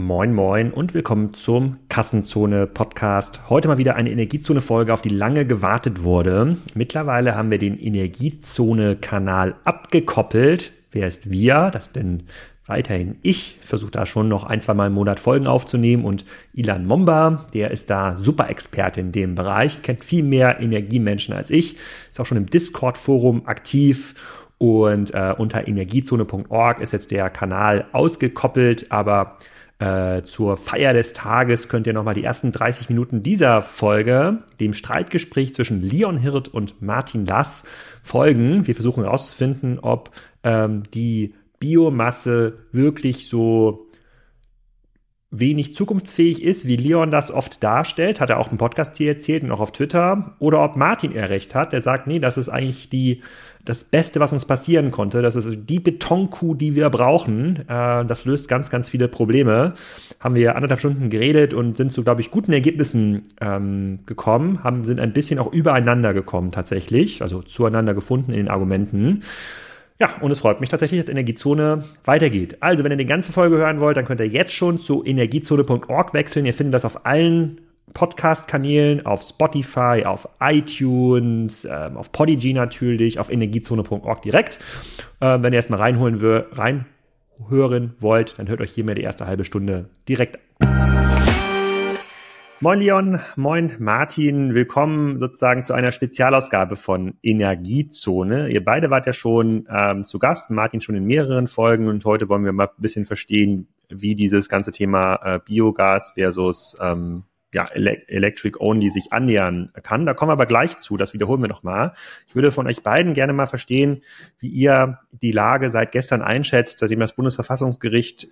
Moin Moin und willkommen zum Kassenzone Podcast. Heute mal wieder eine Energiezone Folge, auf die lange gewartet wurde. Mittlerweile haben wir den Energiezone Kanal abgekoppelt. Wer ist wir? Das bin weiterhin ich. Versuche da schon noch 1-2 Mal im Monat Folgen aufzunehmen und Ilan Momba, der ist da super Experte in dem Bereich, kennt viel mehr Energiemenschen als ich, ist auch schon im Discord-Forum aktiv. Und unter energiezone.org ist jetzt der Kanal ausgekoppelt, aber zur Feier des Tages könnt ihr nochmal die ersten 30 Minuten dieser Folge, dem Streitgespräch zwischen Leon Hirt und Martin Lass, folgen. Wir versuchen herauszufinden, ob die Biomasse wirklich so wenig zukunftsfähig ist, wie Leon das oft darstellt, hat er auch im Podcast hier erzählt und auch auf Twitter, oder ob Martin eher recht hat, der sagt, nee, das ist eigentlich das Beste, was uns passieren konnte, das ist die Betonkuh, die wir brauchen, das löst ganz, ganz viele Probleme. Haben wir 1,5 Stunden geredet und sind zu, glaube ich, guten Ergebnissen gekommen, sind ein bisschen auch übereinander gekommen tatsächlich, also zueinander gefunden in den Argumenten. Ja, und es freut mich tatsächlich, dass Energiezone weitergeht. Also, wenn ihr die ganze Folge hören wollt, dann könnt ihr jetzt schon zu energiezone.org wechseln. Ihr findet das auf allen Podcast-Kanälen, auf Spotify, auf iTunes, auf Podigy natürlich, auf energiezone.org direkt. Wenn ihr erstmal reinhören wollt, dann hört euch hier mal die erste halbe Stunde direkt an. Moin Leon, moin Martin, willkommen sozusagen zu einer Spezialausgabe von Energiezone. Ihr beide wart ja schon zu Gast, Martin schon in mehreren Folgen und heute wollen wir mal ein bisschen verstehen, wie dieses ganze Thema Biogas versus Electric Only sich annähern kann. Da kommen wir aber gleich zu, das wiederholen wir nochmal. Ich würde von euch beiden gerne mal verstehen, wie ihr die Lage seit gestern einschätzt, seitdem das Bundesverfassungsgericht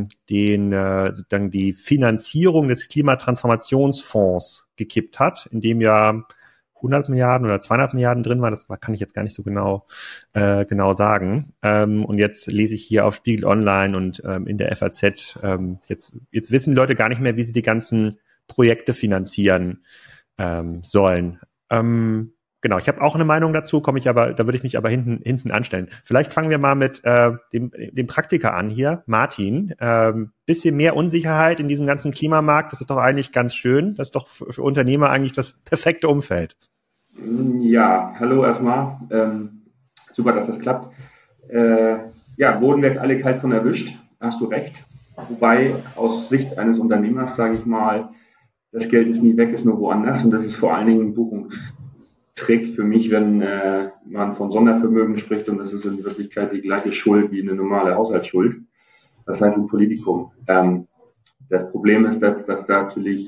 die Finanzierung des Klimatransformationsfonds gekippt hat, in dem ja 100 Milliarden oder 200 Milliarden drin war, das kann ich jetzt gar nicht so genau sagen. Und jetzt lese ich hier auf Spiegel Online und in der FAZ, jetzt wissen die Leute gar nicht mehr, wie sie die ganzen Projekte finanzieren sollen. Genau, ich habe auch eine Meinung dazu, da würde ich mich aber hinten anstellen. Vielleicht fangen wir mal mit dem Praktiker an hier, Martin. Bisschen mehr Unsicherheit in diesem ganzen Klimamarkt, das ist doch eigentlich ganz schön. Das ist doch für Unternehmer eigentlich das perfekte Umfeld. Ja, hallo erstmal. Super, dass das klappt. Boden wird alle kalt von erwischt, hast du recht. Wobei aus Sicht eines Unternehmers, sage ich mal, das Geld ist nie weg, ist nur woanders und das ist vor allen Dingen ein Buchungstrick für mich, wenn man von Sondervermögen spricht und das ist in Wirklichkeit die gleiche Schuld wie eine normale Haushaltsschuld. Das heißt ein Politikum. Das Problem ist, dass da natürlich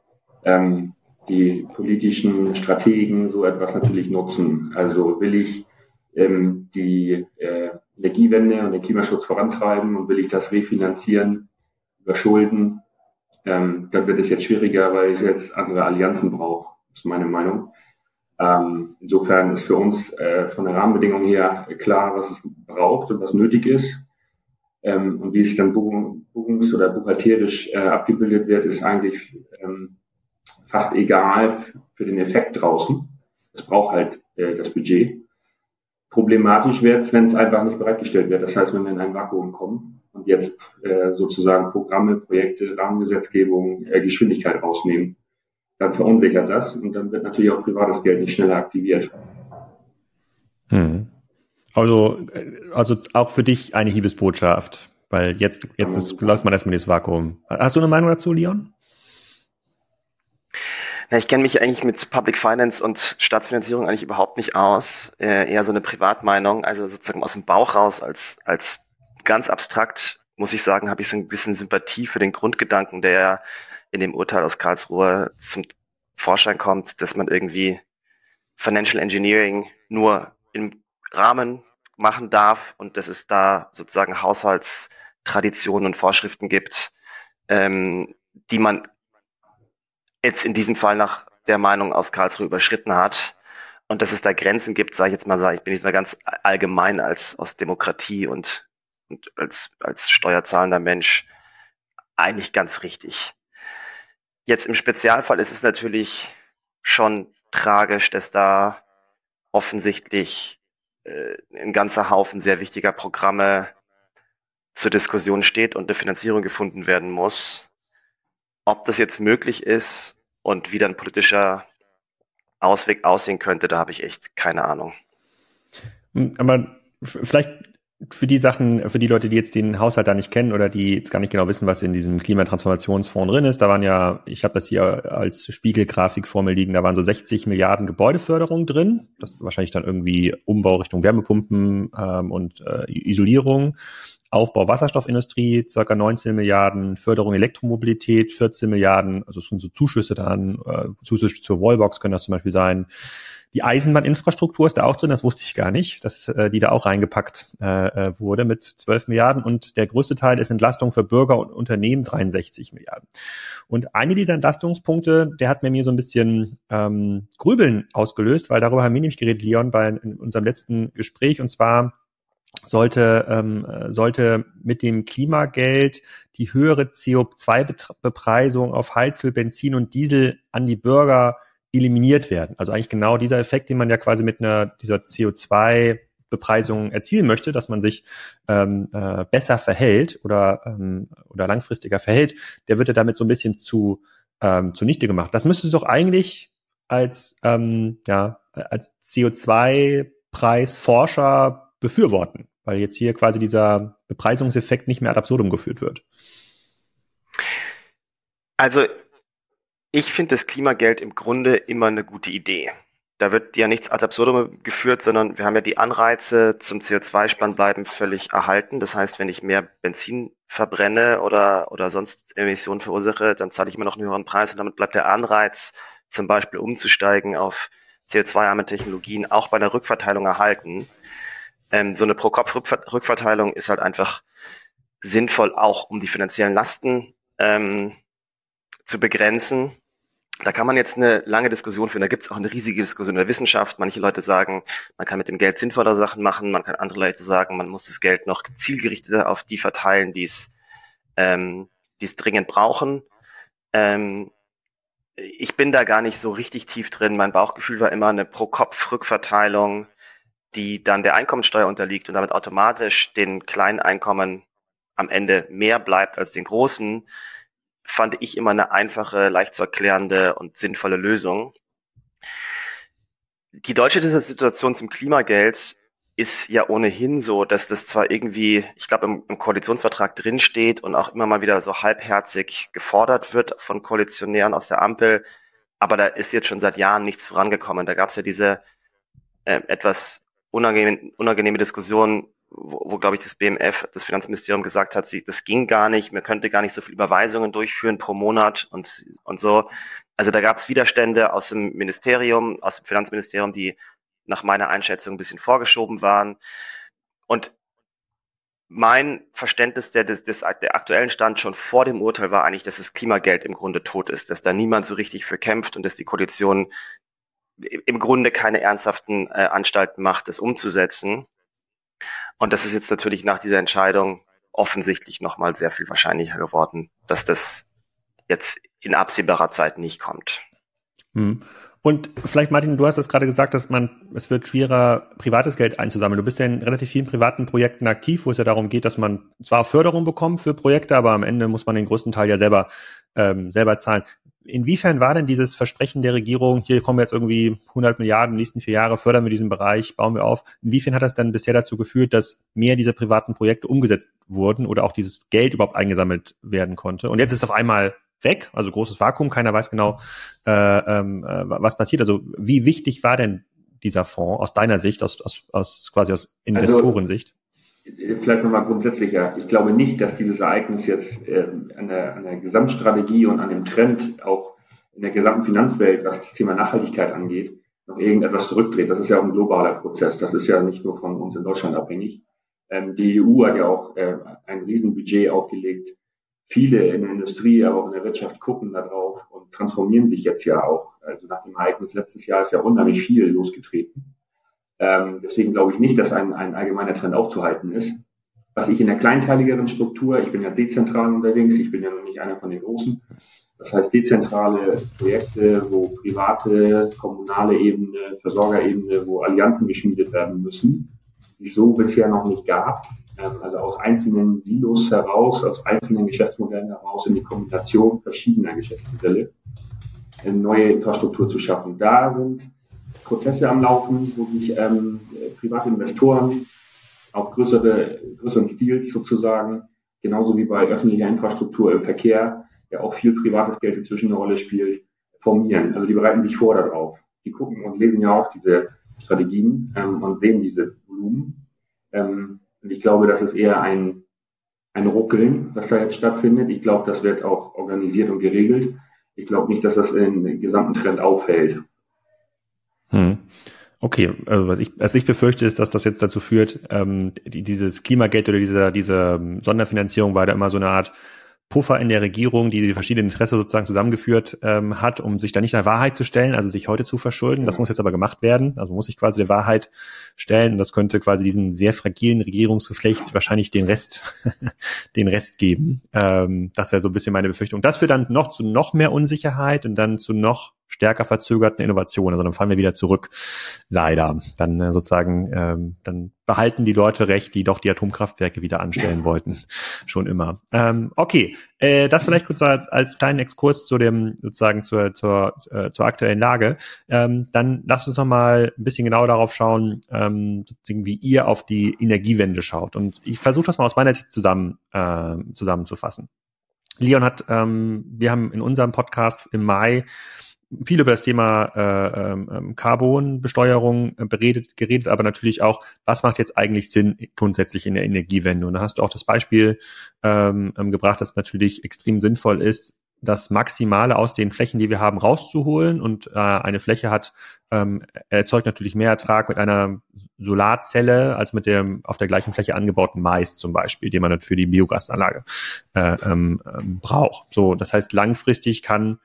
die politischen Strategen so etwas natürlich nutzen. Also will ich die Energiewende und den Klimaschutz vorantreiben und will ich das refinanzieren über Schulden, dann wird es jetzt schwieriger, weil ich jetzt andere Allianzen brauche, ist meine Meinung. Insofern ist für uns von der Rahmenbedingung her klar, was es braucht und was nötig ist. Und wie es dann buchungs- oder buchhalterisch abgebildet wird, ist eigentlich fast egal für den Effekt draußen. Es braucht halt das Budget. Problematisch wird es, wenn es einfach nicht bereitgestellt wird. Das heißt, wenn wir in ein Vakuum kommen und jetzt sozusagen Programme, Projekte, Rahmengesetzgebung, Geschwindigkeit rausnehmen, dann verunsichert das und dann wird natürlich auch privates Geld nicht schneller aktiviert. Also auch für dich eine Hiebesbotschaft, weil jetzt läuft man erstmal das Vakuum. Hast du eine Meinung dazu, Leon? Ich kenne mich eigentlich mit Public Finance und Staatsfinanzierung eigentlich überhaupt nicht aus. Eher so eine Privatmeinung, also sozusagen aus dem Bauch raus als ganz abstrakt, muss ich sagen, habe ich so ein bisschen Sympathie für den Grundgedanken, der in dem Urteil aus Karlsruhe zum Vorschein kommt, dass man irgendwie Financial Engineering nur im Rahmen machen darf und dass es da sozusagen Haushaltstraditionen und Vorschriften gibt, die man jetzt in diesem Fall nach der Meinung aus Karlsruhe überschritten hat und dass es da Grenzen gibt, ich bin jetzt mal ganz allgemein aus Demokratie und als steuerzahlender Mensch eigentlich ganz richtig. Jetzt im Spezialfall ist es natürlich schon tragisch, dass da offensichtlich ein ganzer Haufen sehr wichtiger Programme zur Diskussion steht und eine Finanzierung gefunden werden muss. Ob das jetzt möglich ist und wie dann politischer Ausweg aussehen könnte, da habe ich echt keine Ahnung. Aber vielleicht für die Sachen, für die Leute, die jetzt den Haushalt da nicht kennen oder die jetzt gar nicht genau wissen, was in diesem Klimatransformationsfonds drin ist, da waren ja, ich habe das hier als Spiegelgrafik vor mir liegen, da waren so 60 Milliarden Gebäudeförderung drin, das wahrscheinlich dann irgendwie Umbau Richtung Wärmepumpen und Isolierung, Aufbau Wasserstoffindustrie, ca. 19 Milliarden, Förderung Elektromobilität, 14 Milliarden, also es sind so Zuschüsse dann, Zuschüsse zur Wallbox können das zum Beispiel sein. Die Eisenbahninfrastruktur ist da auch drin, das wusste ich gar nicht, dass die da auch reingepackt wurde mit 12 Milliarden. Und der größte Teil ist Entlastung für Bürger und Unternehmen, 63 Milliarden. Und eine dieser Entlastungspunkte, der hat mir so ein bisschen Grübeln ausgelöst, weil darüber haben wir nämlich geredet, Leon, in unserem letzten Gespräch. Und zwar sollte mit dem Klimageld die höhere CO2-Bepreisung auf Heizöl, Benzin und Diesel an die Bürger eliminiert werden. Also eigentlich genau dieser Effekt, den man ja quasi mit dieser CO2-Bepreisung erzielen möchte, dass man sich besser verhält oder langfristiger verhält, der wird ja damit so ein bisschen zunichte gemacht. Das müsste doch eigentlich als CO2-Preisforscher befürworten, weil jetzt hier quasi dieser Bepreisungseffekt nicht mehr ad absurdum geführt wird. Also ich finde das Klimageld im Grunde immer eine gute Idee. Da wird ja nichts ad absurdum geführt, sondern wir haben ja die Anreize zum CO2-Spannbleiben völlig erhalten. Das heißt, wenn ich mehr Benzin verbrenne oder sonst Emissionen verursache, dann zahle ich immer noch einen höheren Preis und damit bleibt der Anreiz, zum Beispiel umzusteigen auf CO2-arme Technologien, auch bei der Rückverteilung erhalten. So eine Pro-Kopf-Rückverteilung ist halt einfach sinnvoll, auch um die finanziellen Lasten zu begrenzen. Da kann man jetzt eine lange Diskussion führen. Da gibt es auch eine riesige Diskussion in der Wissenschaft. Manche Leute sagen, man kann mit dem Geld sinnvoller Sachen machen. Man kann andere Leute sagen, man muss das Geld noch zielgerichteter auf die verteilen, die es dringend brauchen. Ich bin da gar nicht so richtig tief drin. Mein Bauchgefühl war immer eine Pro-Kopf-Rückverteilung, die dann der Einkommensteuer unterliegt und damit automatisch den kleinen Einkommen am Ende mehr bleibt als den großen, fand ich immer eine einfache, leicht zu erklärende und sinnvolle Lösung. Die deutsche Situation zum Klimageld ist ja ohnehin so, dass das zwar irgendwie, ich glaube, im Koalitionsvertrag drinsteht und auch immer mal wieder so halbherzig gefordert wird von Koalitionären aus der Ampel, aber da ist jetzt schon seit Jahren nichts vorangekommen. Da gab es ja diese etwas unangenehme Diskussion, wo glaube ich, das BMF, das Finanzministerium, gesagt hat, das ging gar nicht, man könnte gar nicht so viele Überweisungen durchführen pro Monat und so. Also da gab es Widerstände aus dem Ministerium, aus dem Finanzministerium, die nach meiner Einschätzung ein bisschen vorgeschoben waren. Und mein Verständnis der aktuellen Stand schon vor dem Urteil war eigentlich, dass das Klimageld im Grunde tot ist, dass da niemand so richtig für kämpft und dass die Koalition im Grunde keine ernsthaften Anstalten macht, das umzusetzen. Und das ist jetzt natürlich nach dieser Entscheidung offensichtlich nochmal sehr viel wahrscheinlicher geworden, dass das jetzt in absehbarer Zeit nicht kommt. Und vielleicht, Martin, du hast das gerade gesagt, dass es wird schwerer, privates Geld einzusammeln. Du bist ja in relativ vielen privaten Projekten aktiv, wo es ja darum geht, dass man zwar Förderung bekommt für Projekte, aber am Ende muss man den größten Teil ja selber zahlen. Inwiefern war denn dieses Versprechen der Regierung, hier kommen jetzt irgendwie 100 Milliarden, die nächsten 4 Jahre fördern wir diesen Bereich, bauen wir auf, inwiefern hat das dann bisher dazu geführt, dass mehr dieser privaten Projekte umgesetzt wurden oder auch dieses Geld überhaupt eingesammelt werden konnte? Und jetzt ist es auf einmal weg, also großes Vakuum, keiner weiß genau, was passiert. Also wie wichtig war denn dieser Fonds aus deiner Sicht, quasi aus Investorensicht? Vielleicht nochmal grundsätzlicher. Ich glaube nicht, dass dieses Ereignis jetzt an der Gesamtstrategie und an dem Trend auch in der gesamten Finanzwelt, was das Thema Nachhaltigkeit angeht, noch irgendetwas zurückdreht. Das ist ja auch ein globaler Prozess. Das ist ja nicht nur von uns in Deutschland abhängig. Die EU hat ja auch ein Riesenbudget aufgelegt. Viele in der Industrie, aber auch in der Wirtschaft gucken da drauf und transformieren sich jetzt ja auch. Also nach dem Ereignis letztes Jahr ist ja unheimlich viel losgetreten. Deswegen glaube ich nicht, dass ein allgemeiner Trend aufzuhalten ist. Was ich in der kleinteiligeren Struktur, ich bin ja dezentral unterwegs, ich bin ja noch nicht einer von den Großen. Das heißt dezentrale Projekte, wo private, kommunale Ebene, Versorgerebene, wo Allianzen geschmiedet werden müssen, die es so bisher noch nicht gab. Also aus einzelnen Silos heraus, aus einzelnen Geschäftsmodellen heraus in die Kombination verschiedener Geschäftsmodelle eine neue Infrastruktur zu schaffen. Da sind Prozesse am Laufen, wo sich private Investoren auf größeren Stils sozusagen, genauso wie bei öffentlicher Infrastruktur im Verkehr, ja auch viel privates Geld inzwischen eine Rolle spielt, formieren. Also die bereiten sich vor darauf. Die gucken und lesen ja auch diese Strategien und sehen diese Volumen. Und ich glaube, das ist eher ein Ruckeln, was da jetzt stattfindet. Ich glaube, das wird auch organisiert und geregelt. Ich glaube nicht, dass das den gesamten Trend aufhält. Okay, also was ich befürchte, ist, dass das jetzt dazu führt, dieses Klimageld oder diese Sonderfinanzierung war da immer so eine Art Puffer in der Regierung, die verschiedenen Interessen sozusagen zusammengeführt hat, um sich da nicht der Wahrheit zu stellen, also sich heute zu verschulden. Das muss jetzt aber gemacht werden, also muss sich quasi der Wahrheit stellen und das könnte quasi diesem sehr fragilen Regierungsgeflecht wahrscheinlich den Rest geben. Das wäre so ein bisschen meine Befürchtung. Das führt dann noch zu noch mehr Unsicherheit und dann zu noch stärker verzögerten Innovationen. Also dann fallen wir wieder zurück, leider. Dann sozusagen, dann behalten die Leute recht, die doch die Atomkraftwerke wieder anstellen wollten. Schon immer. Okay, das vielleicht kurz als kleinen Exkurs zu dem sozusagen zur aktuellen Lage. Dann lasst uns noch mal ein bisschen genauer darauf schauen, wie ihr auf die Energiewende schaut. Und ich versuche das mal aus meiner Sicht zusammenzufassen. Leon wir haben in unserem Podcast im Mai viel über das Thema Carbonbesteuerung geredet, aber natürlich auch, was macht jetzt eigentlich Sinn grundsätzlich in der Energiewende? Und da hast du auch das Beispiel gebracht, dass es natürlich extrem sinnvoll ist, das Maximale aus den Flächen, die wir haben, rauszuholen. Und eine Fläche erzeugt natürlich mehr Ertrag mit einer Solarzelle als mit dem auf der gleichen Fläche angebauten Mais zum Beispiel, den man dann für die Biogasanlage braucht. So, das heißt, langfristig kann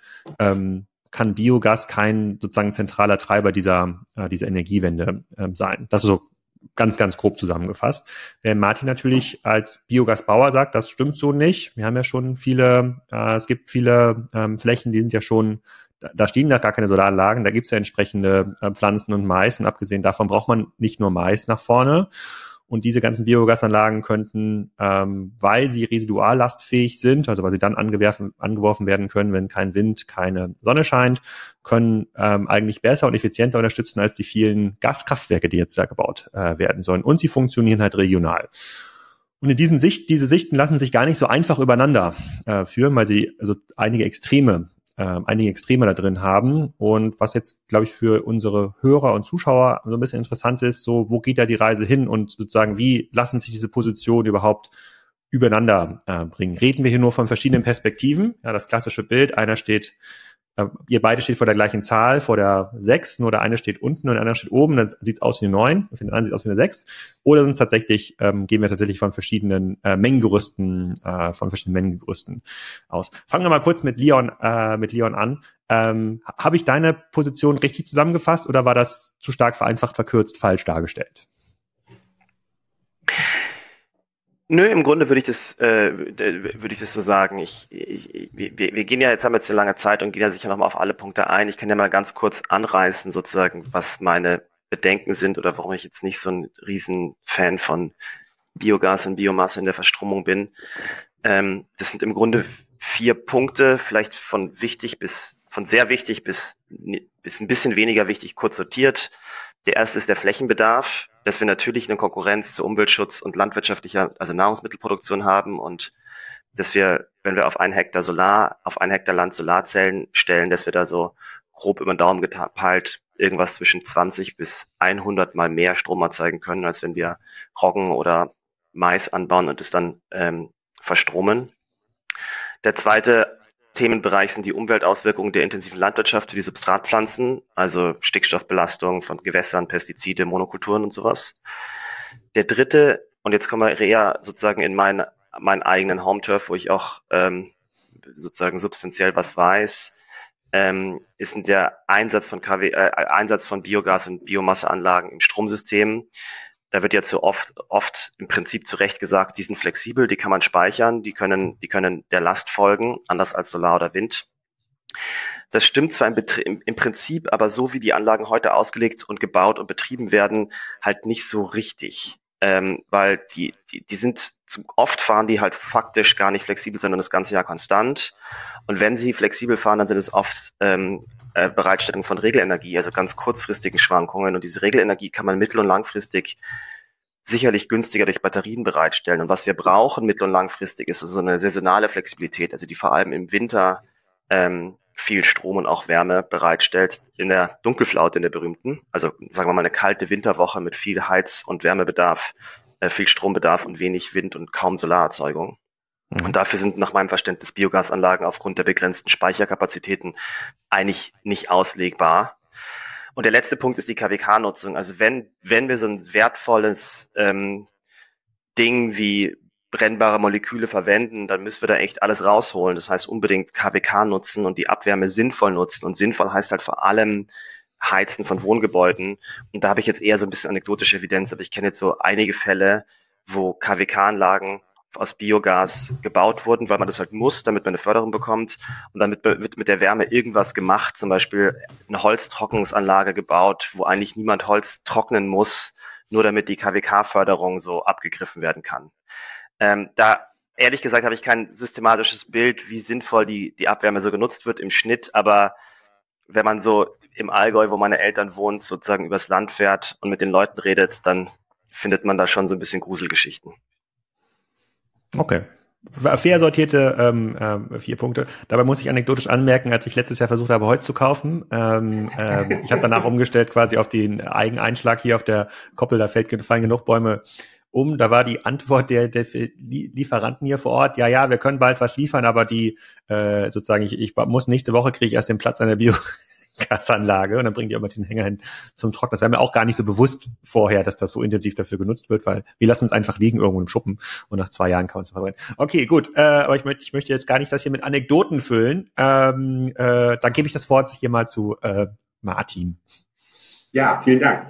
Biogas kein sozusagen zentraler Treiber dieser Energiewende sein. Das ist so ganz, ganz grob zusammengefasst. Während Martin natürlich als Biogasbauer sagt, das stimmt so nicht. Wir haben ja schon es gibt viele Flächen, die sind ja schon, da stehen da gar keine Solaranlagen, da gibt es ja entsprechende Pflanzen und Mais und abgesehen davon braucht man nicht nur Mais nach vorne. Und diese ganzen Biogasanlagen könnten, weil sie residuallastfähig sind, also weil sie dann angeworfen werden können, wenn kein Wind, keine Sonne scheint, können eigentlich besser und effizienter unterstützen als die vielen Gaskraftwerke, die jetzt da gebaut werden sollen. Und sie funktionieren halt regional. Und in diese Sichten lassen sich gar nicht so einfach übereinander führen, weil sie also einige Extreme da drin haben. Und was jetzt, glaube ich, für unsere Hörer und Zuschauer so ein bisschen interessant ist, so, wo geht da die Reise hin und sozusagen, wie lassen sich diese Positionen überhaupt übereinander bringen? Reden wir hier nur von verschiedenen Perspektiven? Ja, das klassische Bild, ihr beide steht vor der gleichen Zahl, vor der 6, nur der eine steht unten und der andere steht oben, dann sieht es aus wie eine 9, für den anderen sieht es aus wie eine 6. Oder gehen wir tatsächlich von verschiedenen Mengengerüsten aus. Fangen wir mal kurz mit Leon an. Habe ich deine Position richtig zusammengefasst oder war das zu stark vereinfacht, verkürzt, falsch dargestellt? Nö, im Grunde würde ich das so sagen. Wir gehen ja jetzt, haben jetzt eine lange Zeit und gehen ja sicher nochmal auf alle Punkte ein. Ich kann ja mal ganz kurz anreißen, sozusagen, was meine Bedenken sind oder warum ich jetzt nicht so ein Riesenfan von Biogas und Biomasse in der Verstromung bin. Das sind im Grunde 4 Punkte, vielleicht von sehr wichtig bis ein bisschen weniger wichtig, kurz sortiert. Der erste ist der Flächenbedarf, dass wir natürlich eine Konkurrenz zu Umweltschutz und landwirtschaftlicher, also Nahrungsmittelproduktion haben und dass wir, wenn wir auf 1 Hektar Land Solarzellen stellen, dass wir da so grob über den Daumen gepeilt irgendwas zwischen 20 bis 100 mal mehr Strom erzeugen können, als wenn wir Roggen oder Mais anbauen und es dann verstromen. Der zweite Themenbereich sind die Umweltauswirkungen der intensiven Landwirtschaft für die Substratpflanzen, also Stickstoffbelastung von Gewässern, Pestizide, Monokulturen und sowas. Der dritte, und jetzt kommen wir eher sozusagen in meinen eigenen Home-Turf, wo ich auch sozusagen substanziell was weiß, ist der Einsatz von Biogas- und Biomasseanlagen im Stromsystem. Da wird jetzt so oft im Prinzip zu Recht gesagt, die sind flexibel, die kann man speichern, die können der Last folgen, anders als Solar oder Wind. Das stimmt zwar im Prinzip, aber so wie die Anlagen heute ausgelegt und gebaut und betrieben werden, halt nicht so richtig. weil die sind, oft fahren die halt faktisch gar nicht flexibel, sondern das ganze Jahr konstant. Und wenn sie flexibel fahren, dann sind es oft Bereitstellung von Regelenergie, also ganz kurzfristigen Schwankungen. Und diese Regelenergie kann man mittel- und langfristig sicherlich günstiger durch Batterien bereitstellen. Und was wir brauchen mittel- und langfristig ist so eine saisonale Flexibilität, also die vor allem im Winter viel Strom und auch Wärme bereitstellt, in der Dunkelflaute, in der berühmten, also sagen wir mal eine kalte Winterwoche mit viel Heiz- und Wärmebedarf, viel Strombedarf und wenig Wind und kaum Solarerzeugung. Und dafür sind nach meinem Verständnis Biogasanlagen aufgrund der begrenzten Speicherkapazitäten eigentlich nicht auslegbar. Und der letzte Punkt ist die KWK-Nutzung. Also wenn wir so ein wertvolles Ding wie brennbare Moleküle verwenden, dann müssen wir da echt alles rausholen. Das heißt unbedingt KWK nutzen und die Abwärme sinnvoll nutzen. Und sinnvoll heißt halt vor allem Heizen von Wohngebäuden. Und da habe ich jetzt eher so ein bisschen anekdotische Evidenz, aber ich kenne jetzt so einige Fälle, wo KWK-Anlagen aus Biogas gebaut wurden, weil man das halt muss, damit man eine Förderung bekommt. Und damit wird mit der Wärme irgendwas gemacht, zum Beispiel eine Holztrocknungsanlage gebaut, wo eigentlich niemand Holz trocknen muss, nur damit die KWK-Förderung so abgegriffen werden kann. Da ehrlich gesagt habe ich kein systematisches Bild, wie sinnvoll die Abwärme so genutzt wird im Schnitt, aber wenn man so im Allgäu, wo meine Eltern wohnen, sozusagen übers Land fährt und mit den Leuten redet, dann findet man da schon so ein bisschen Gruselgeschichten. Okay. Fair sortierte 4 Punkte. Dabei muss ich anekdotisch anmerken, als ich letztes Jahr versucht habe, Holz zu kaufen, ich habe danach umgestellt quasi auf den Eigeneinschlag hier auf der Koppel, da fallen genug Bäume um. Da war die Antwort der Lieferanten hier vor Ort, ja, wir können bald was liefern, aber die sozusagen, ich muss nächste Woche kriege ich erst den Platz an der Biogasanlage und dann bringen die immer diesen Hänger hin zum Trocknen. Das war mir auch gar nicht so bewusst vorher, dass das so intensiv dafür genutzt wird, weil wir lassen es einfach liegen irgendwo im Schuppen und nach 2 Jahren kann man es verbrennen. Okay, gut, aber ich möchte jetzt gar nicht das hier mit Anekdoten füllen. Dann gebe ich das Wort hier mal zu Martin. Ja, vielen Dank.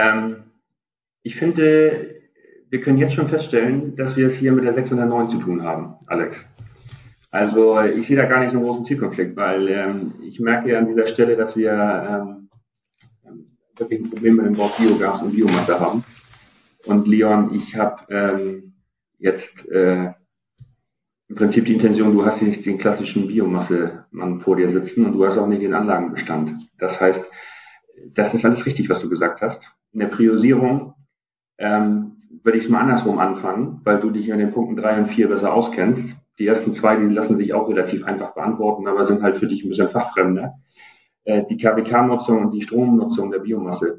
Ich finde, wir können jetzt schon feststellen, dass wir es hier mit der 609 zu tun haben, Alex. Also ich sehe da gar nicht so einen großen Zielkonflikt, weil ich merke ja an dieser Stelle, dass wir wirklich ein Problem mit dem Wort Biogas und Biomasse haben. Und Leon, ich habe jetzt im Prinzip die Intention, du hast nicht den klassischen Biomasse-Mann vor dir sitzen und du hast auch nicht den Anlagenbestand. Das heißt, das ist alles richtig, was du gesagt hast. In der Priorisierung würde ich es mal andersrum anfangen, weil du dich an den Punkten 3 und 4 besser auskennst. Die ersten 2, die lassen sich auch relativ einfach beantworten, aber sind halt für dich ein bisschen fachfremder. Die KWK-Nutzung und die Stromnutzung der Biomasse.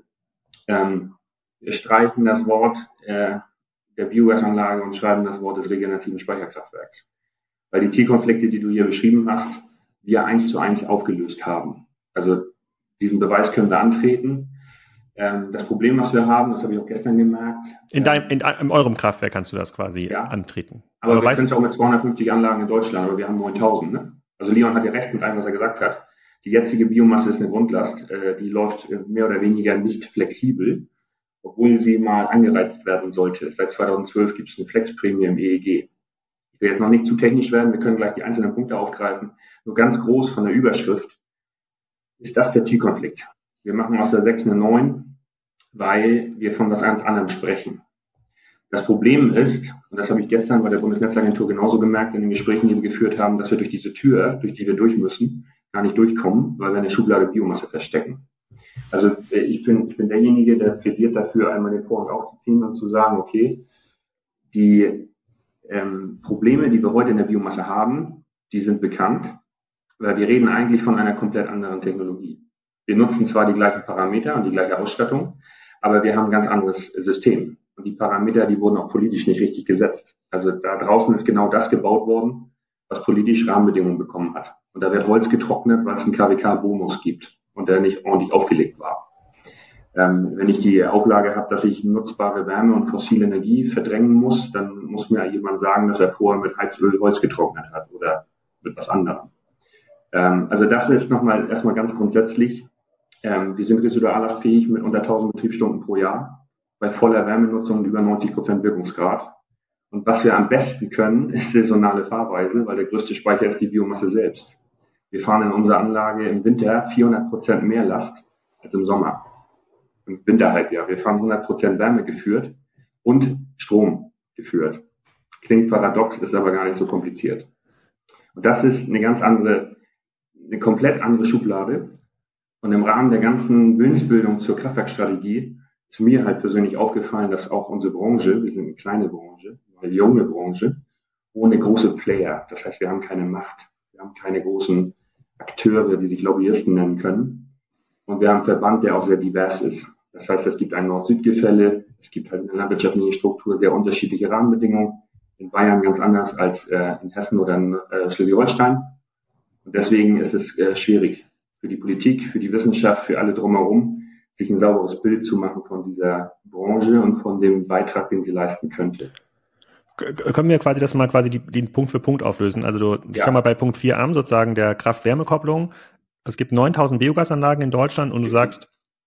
Wir streichen das Wort der Biogasanlage und schreiben das Wort des regenerativen Speicherkraftwerks. Weil die Zielkonflikte, die du hier beschrieben hast, wir 1:1 aufgelöst haben. Also diesen Beweis können wir antreten. Das Problem, was wir haben, das habe ich auch gestern gemerkt. In eurem Kraftwerk kannst du das quasi antreten. Aber wir können es auch mit 250 Anlagen in Deutschland, aber wir haben 9000. Ne? Also Leon hat ja recht mit allem, was er gesagt hat. Die jetzige Biomasse ist eine Grundlast, die läuft mehr oder weniger nicht flexibel, obwohl sie mal angereizt werden sollte. Seit 2012 gibt es eine Flexprämie im EEG. Ich will jetzt noch nicht zu technisch werden, wir können gleich die einzelnen Punkte aufgreifen. Nur ganz groß von der Überschrift ist das der Zielkonflikt. Wir machen aus der 6 eine 9, weil wir von was ganz anderem sprechen. Das Problem ist, und das habe ich gestern bei der Bundesnetzagentur genauso gemerkt in den Gesprächen, die wir geführt haben, dass wir durch diese Tür, durch die wir durch müssen, gar nicht durchkommen, weil wir eine Schublade Biomasse verstecken. Also ich bin derjenige, der plädiert dafür, einmal den Vorhang aufzuziehen und zu sagen, okay, die Probleme, die wir heute in der Biomasse haben, die sind bekannt, weil wir reden eigentlich von einer komplett anderen Technologie. Wir nutzen zwar die gleichen Parameter und die gleiche Ausstattung, aber wir haben ein ganz anderes System. Und die Parameter, die wurden auch politisch nicht richtig gesetzt. Also da draußen ist genau das gebaut worden, was politisch Rahmenbedingungen bekommen hat. Und da wird Holz getrocknet, weil es einen KWK-Bonus gibt und der nicht ordentlich aufgelegt war. Wenn ich die Auflage habe, dass ich nutzbare Wärme und fossile Energie verdrängen muss, dann muss mir jemand sagen, dass er vorher mit Heizöl Holz getrocknet hat oder mit was anderem. Also das ist nochmal erstmal ganz grundsätzlich. Wir sind residuallastfähig mit unter 1000 Betriebsstunden pro Jahr, bei voller Wärmenutzung über 90% Wirkungsgrad. Und was wir am besten können, ist saisonale Fahrweise, weil der größte Speicher ist die Biomasse selbst. Wir fahren in unserer Anlage im Winter 400% mehr Last als im Sommer. Im Winterhalbjahr. Wir fahren 100% Wärme geführt. und Strom geführt. Klingt paradox, ist aber gar nicht so kompliziert. Und das ist eine komplett andere Schublade. Und im Rahmen der ganzen Willensbildung zur Kraftwerkstrategie ist mir halt persönlich aufgefallen, dass auch unsere Branche, wir sind eine kleine Branche, eine junge Branche, ohne große Player. Das heißt, wir haben keine Macht, wir haben keine großen Akteure, die sich Lobbyisten nennen können. Und wir haben einen Verband, der auch sehr divers ist. Das heißt, es gibt ein Nord-Süd-Gefälle, es gibt halt eine landwirtschaftliche Struktur, sehr unterschiedliche Rahmenbedingungen. In Bayern ganz anders als in Hessen oder in Schleswig-Holstein. Und deswegen ist es schwierig für die Politik, für die Wissenschaft, für alle drumherum, sich ein sauberes Bild zu machen von dieser Branche und von dem Beitrag, den sie leisten könnte. Können wir quasi das mal den Punkt für Punkt auflösen? Also ich fange mal bei Punkt 4 an, sozusagen der Kraft-Wärme-Kopplung. Es gibt 9.000 Biogasanlagen in Deutschland und du sagst,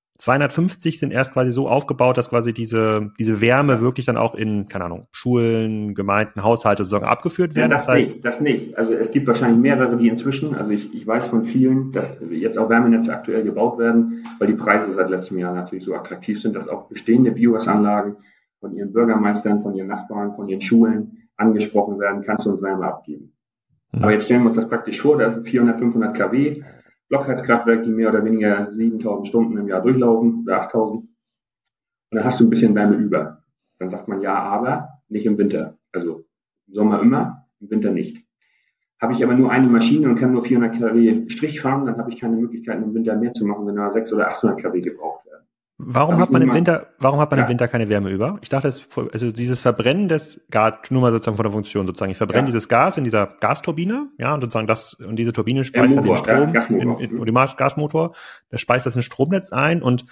250 sind erst quasi so aufgebaut, dass quasi diese Wärme wirklich dann auch in, keine Ahnung, Schulen, Gemeinden, Haushalte sozusagen abgeführt werden. Ja, das nicht. Also es gibt wahrscheinlich mehrere, die inzwischen, also ich weiß von vielen, dass jetzt auch Wärmenetze aktuell gebaut werden, weil die Preise seit letztem Jahr natürlich so attraktiv sind, dass auch bestehende Biogasanlagen von ihren Bürgermeistern, von ihren Nachbarn, von ihren Schulen angesprochen werden, kannst du uns Wärme abgeben. Aber jetzt stellen wir uns das praktisch vor, da sind 400, 500 kW, Blockheizkraftwerke, die mehr oder weniger 7.000 Stunden im Jahr durchlaufen, oder 8.000. Und dann hast du ein bisschen Wärme über. Dann sagt man ja, aber nicht im Winter. Also im Sommer immer, im Winter nicht. Habe ich aber nur eine Maschine und kann nur 400 kW Strich fahren, dann habe ich keine Möglichkeit, im Winter mehr zu machen, wenn da 600 oder 800 kW gebraucht werden. Warum hat man im Winter keine Wärme über? Ich dachte, also dieses Verbrennen des Gas, nur mal sozusagen von der Funktion sozusagen. Ich verbrenne dieses Gas in dieser Gasturbine, ja, und sozusagen und diese Turbine speist dann den Strom und den Gasmotor, der speist das ins Stromnetz ein und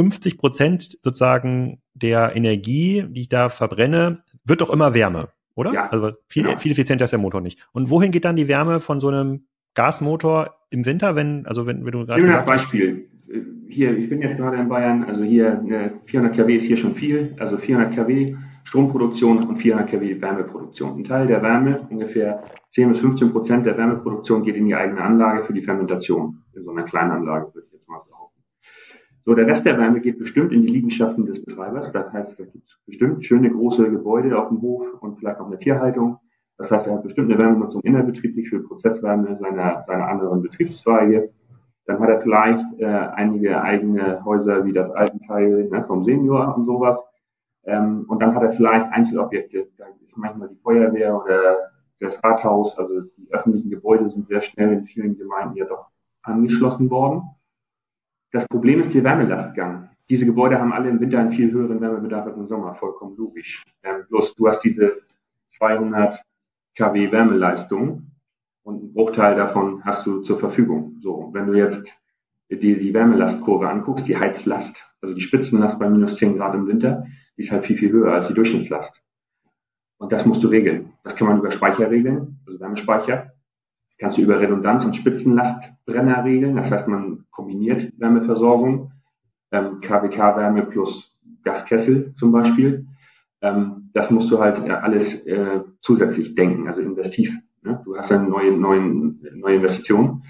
50% sozusagen der Energie, die ich da verbrenne, wird doch immer Wärme, oder? Ja, also viel effizienter ist der Motor nicht. Und wohin geht dann die Wärme von so einem Gasmotor im Winter, wenn du gerade gesagt hast? Beispiel. Hier, ich bin jetzt gerade in Bayern, also hier 400 kW ist hier schon viel, also 400 kW Stromproduktion und 400 kW Wärmeproduktion. Ein Teil der Wärme, ungefähr 10-15% der Wärmeproduktion geht in die eigene Anlage für die Fermentation, in so einer kleinen Anlage, würde ich jetzt mal behaupten. So, der Rest der Wärme geht bestimmt in die Liegenschaften des Betreibers, das heißt, da gibt es bestimmt schöne große Gebäude auf dem Hof und vielleicht auch eine Tierhaltung. Das heißt, er hat bestimmt eine Wärmenutzung innerbetrieblich für Prozesswärme seiner anderen Betriebszweige. Dann hat er vielleicht einige eigene Häuser wie das Altenteil vom Senior und sowas. Und dann hat er vielleicht Einzelobjekte. Da ist manchmal die Feuerwehr oder das Rathaus. Also die öffentlichen Gebäude sind sehr schnell in vielen Gemeinden ja doch angeschlossen worden. Das Problem ist der Wärmelastgang. Diese Gebäude haben alle im Winter einen viel höheren Wärmebedarf als im Sommer. Vollkommen logisch. Bloß du hast diese 200 kW Wärmeleistung. Und einen Bruchteil davon hast du zur Verfügung. So, wenn du jetzt die Wärmelastkurve anguckst, die Heizlast, also die Spitzenlast bei minus 10 Grad im Winter, die ist halt viel, viel höher als die Durchschnittslast. Und das musst du regeln. Das kann man über Speicher regeln, also Wärmespeicher. Das kannst du über Redundanz- und Spitzenlastbrenner regeln. Das heißt, man kombiniert Wärmeversorgung, KWK-Wärme plus Gaskessel zum Beispiel. Das musst du halt alles zusätzlich denken, also investiv. Du hast eine neue Investition.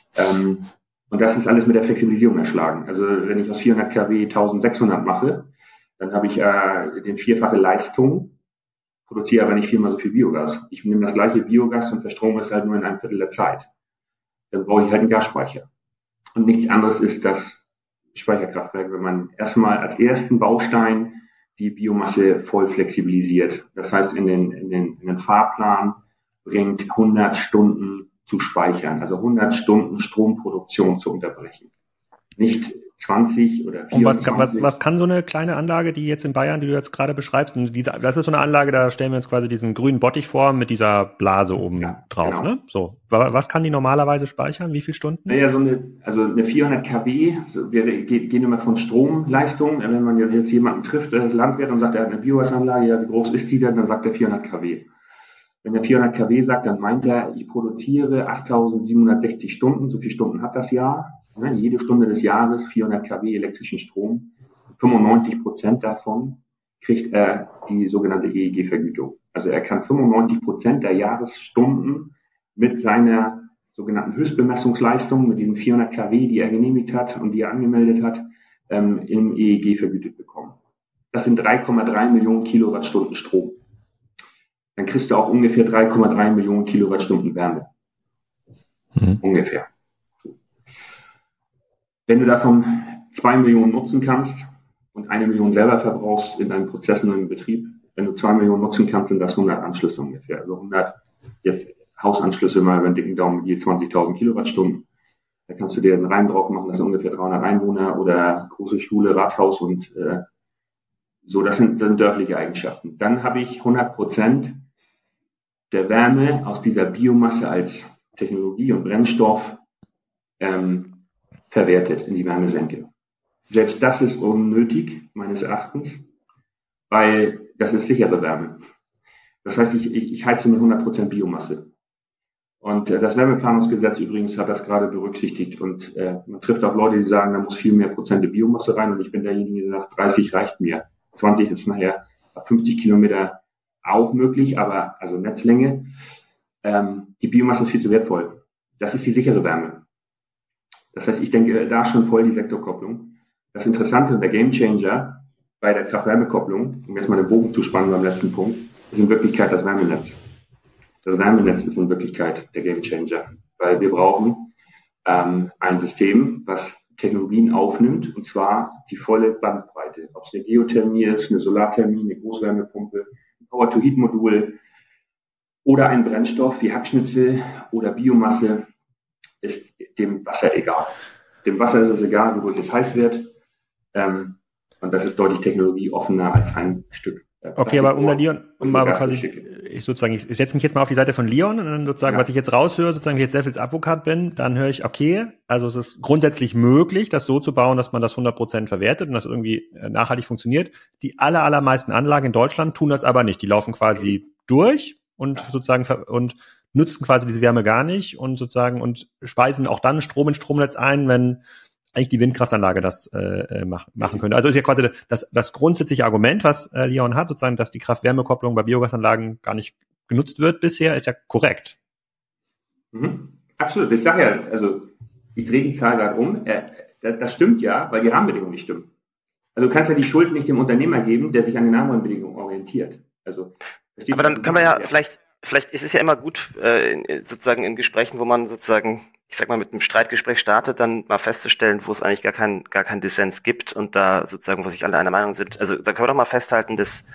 Und das ist alles mit der Flexibilisierung erschlagen. Also wenn ich aus 400 kW 1600 mache, dann habe ich den vierfache Leistung, produziere aber nicht viermal so viel Biogas. Ich nehme das gleiche Biogas und verstrome es halt nur in einem Viertel der Zeit. Dann brauche ich halt einen Gasspeicher. Und nichts anderes ist das Speicherkraftwerk, wenn man erstmal als ersten Baustein die Biomasse voll flexibilisiert. Das heißt, in den Fahrplan bringt 100 Stunden zu speichern, also 100 Stunden Stromproduktion zu unterbrechen. Nicht 20 oder 24. Und was kann so eine kleine Anlage, die jetzt in Bayern, die du jetzt gerade beschreibst, das ist so eine Anlage, da stellen wir uns quasi diesen grünen Bottich vor mit dieser Blase oben drauf, genau. Ne? So. Was kann die normalerweise speichern? Wie viele Stunden? Naja, eine 400 kW, wir gehen immer von Stromleistung. Wenn man jetzt jemanden trifft, der ist Landwirt und sagt, er hat eine Biogasanlage, ja, wie groß ist die denn? Dann sagt er 400 kW. Wenn er 400 kW sagt, dann meint er, ich produziere 8.760 Stunden, so viele Stunden hat das Jahr. Jede Stunde des Jahres 400 kW elektrischen Strom. 95% davon kriegt er die sogenannte EEG-Vergütung. Also er kann 95% der Jahresstunden mit seiner sogenannten Höchstbemessungsleistung, mit diesen 400 kW, die er genehmigt hat und die er angemeldet hat, im EEG vergütet bekommen. das sind 3,3 Millionen Kilowattstunden Strom. Dann kriegst du auch ungefähr 3,3 Millionen Kilowattstunden Wärme. Ungefähr. Wenn du davon 2 Millionen nutzen kannst und 1 Million selber verbrauchst in deinen Prozessen und im Betrieb, wenn du 2 Millionen nutzen kannst, sind das 100 Anschlüsse ungefähr. Also 100 jetzt Hausanschlüsse mal über den dicken Daumen je 20.000 Kilowattstunden. Da kannst du dir einen Reim drauf machen, das sind ungefähr 300 Einwohner oder große Schule, Rathaus und so, das sind dörfliche Eigenschaften. Dann habe ich 100% der Wärme aus dieser Biomasse als Technologie und Brennstoff verwertet in die Wärmesenke. Selbst das ist unnötig, meines Erachtens, weil das ist sichere Wärme. Das heißt, ich heize mit 100% Biomasse. Und das Wärmeplanungsgesetz übrigens hat das gerade berücksichtigt. Und man trifft auch Leute, die sagen, da muss viel mehr Prozente Biomasse rein. Und ich bin derjenige, der sagt, 30 reicht mir. 20 ist nachher ab 50 Kilometer auch möglich, aber also Netzlänge. Die Biomasse ist viel zu wertvoll. Das ist die sichere Wärme. Das heißt, ich denke, da schon voll die Sektorkopplung. Das Interessante und der Gamechanger bei der Kraft-Wärme-Kopplung, um jetzt mal den Bogen zu spannen beim letzten Punkt, ist in Wirklichkeit das Wärmenetz. Das Wärmenetz ist in Wirklichkeit der Gamechanger, weil wir brauchen ein System, was Technologien aufnimmt, und zwar die volle Bandbreite. Ob es eine Geothermie ist, eine Solarthermie, eine Großwärmepumpe, ein Power-to-Heat-Modul oder ein Brennstoff wie Hackschnitzel oder Biomasse, ist dem Wasser egal. Dem Wasser ist es egal, wodurch es heiß wird. Und das ist deutlich technologieoffener als ein Stück. Okay, aber um aber quasi, ich setze mich jetzt mal auf die Seite von Leon und dann sozusagen, was ich jetzt raushöre, sozusagen, wenn ich jetzt Devils Advokat bin, dann höre ich, okay, also es ist grundsätzlich möglich, das so zu bauen, dass man das 100% verwertet und das irgendwie nachhaltig funktioniert. Die allermeisten Anlagen in Deutschland tun das aber nicht. Die laufen quasi durch und sozusagen und nutzen quasi diese Wärme gar nicht und sozusagen und speisen auch dann Strom ins Stromnetz ein, wenn eigentlich die Windkraftanlage das machen könnte. Also ist ja quasi das grundsätzliche Argument, was Leon hat, sozusagen, dass die Kraft-Wärme-Kopplung bei Biogasanlagen gar nicht genutzt wird bisher, ist ja korrekt. Absolut. Ich sage ja, also ich drehe die Zahl gerade um. Das stimmt ja, weil die Rahmenbedingungen nicht stimmen. Also du kannst ja die Schuld nicht dem Unternehmer geben, der sich an den Rahmenbedingungen orientiert. Also, aber dann kann man ja vielleicht ist es ja immer gut, sozusagen in Gesprächen, wo man sozusagen, ich sag mal, mit einem Streitgespräch startet, dann mal festzustellen, wo es eigentlich gar keinen Dissens gibt und da sozusagen, wo sich alle einer Meinung sind. Also da können wir doch mal festhalten, dass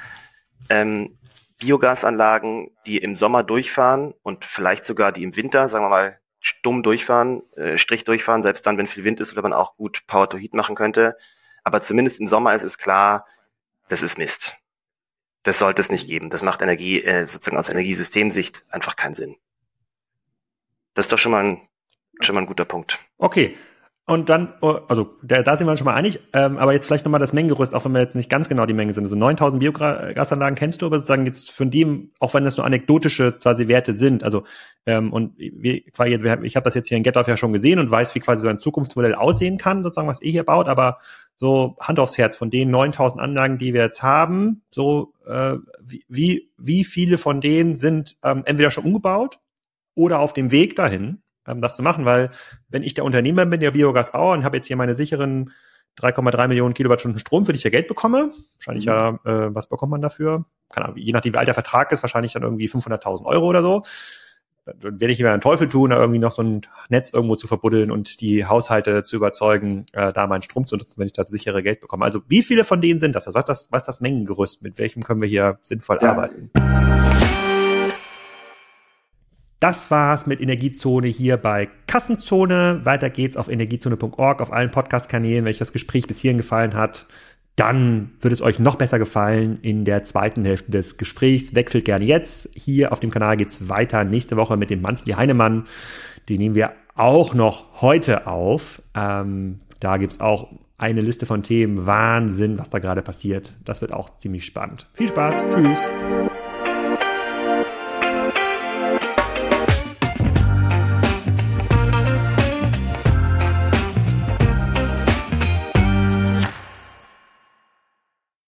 Biogasanlagen, die im Sommer durchfahren und vielleicht sogar die im Winter, sagen wir mal, stumm durchfahren, Strich durchfahren, selbst dann, wenn viel Wind ist, oder man auch gut Power-to-Heat machen könnte. Aber zumindest im Sommer ist es klar, das ist Mist. Das sollte es nicht geben. Das macht Energie, sozusagen aus Energiesystemsicht einfach keinen Sinn. Das ist doch schon mal ein guter Punkt. Okay. Und dann, also da sind wir uns schon mal einig, aber jetzt vielleicht nochmal das Mengengerüst, auch wenn wir jetzt nicht ganz genau die Menge sind. Also 9.000 Biogasanlagen kennst du, aber sozusagen jetzt von dem, auch wenn das nur anekdotische quasi Werte sind, also und ich habe das jetzt hier in Gettorf ja schon gesehen und weiß, wie quasi so ein Zukunftsmodell aussehen kann, sozusagen, was ihr hier baut, aber so Hand aufs Herz, von den 9.000 Anlagen, die wir jetzt haben, so wie viele von denen sind entweder schon umgebaut oder auf dem Weg dahin, das zu machen, weil wenn ich der Unternehmer bin, der Biogasbauer und habe jetzt hier meine sicheren 3,3 Millionen Kilowattstunden Strom, für die ich ja Geld bekomme, wahrscheinlich was bekommt man dafür? Keine Ahnung, je nachdem wie alt der Vertrag ist, wahrscheinlich dann irgendwie 500.000 Euro oder so. Dann werde ich mir einen Teufel tun, da irgendwie noch so ein Netz irgendwo zu verbuddeln und die Haushalte zu überzeugen, da meinen Strom zu nutzen, wenn ich das sichere Geld bekomme. Also wie viele von denen sind das? Also was ist das Mengengerüst? Mit welchem können wir hier sinnvoll arbeiten? Das war's mit Energiezone hier bei Kassenzone. Weiter geht's auf energiezone.org, auf allen Podcast-Kanälen. Wenn euch das Gespräch bis hierhin gefallen hat, dann wird es euch noch besser gefallen in der zweiten Hälfte des Gesprächs. Wechselt gerne jetzt. Hier auf dem Kanal geht's weiter nächste Woche mit dem Manfred Heinemann. Den nehmen wir auch noch heute auf. Da gibt's auch eine Liste von Themen. Wahnsinn, was da gerade passiert. Das wird auch ziemlich spannend. Viel Spaß. Tschüss.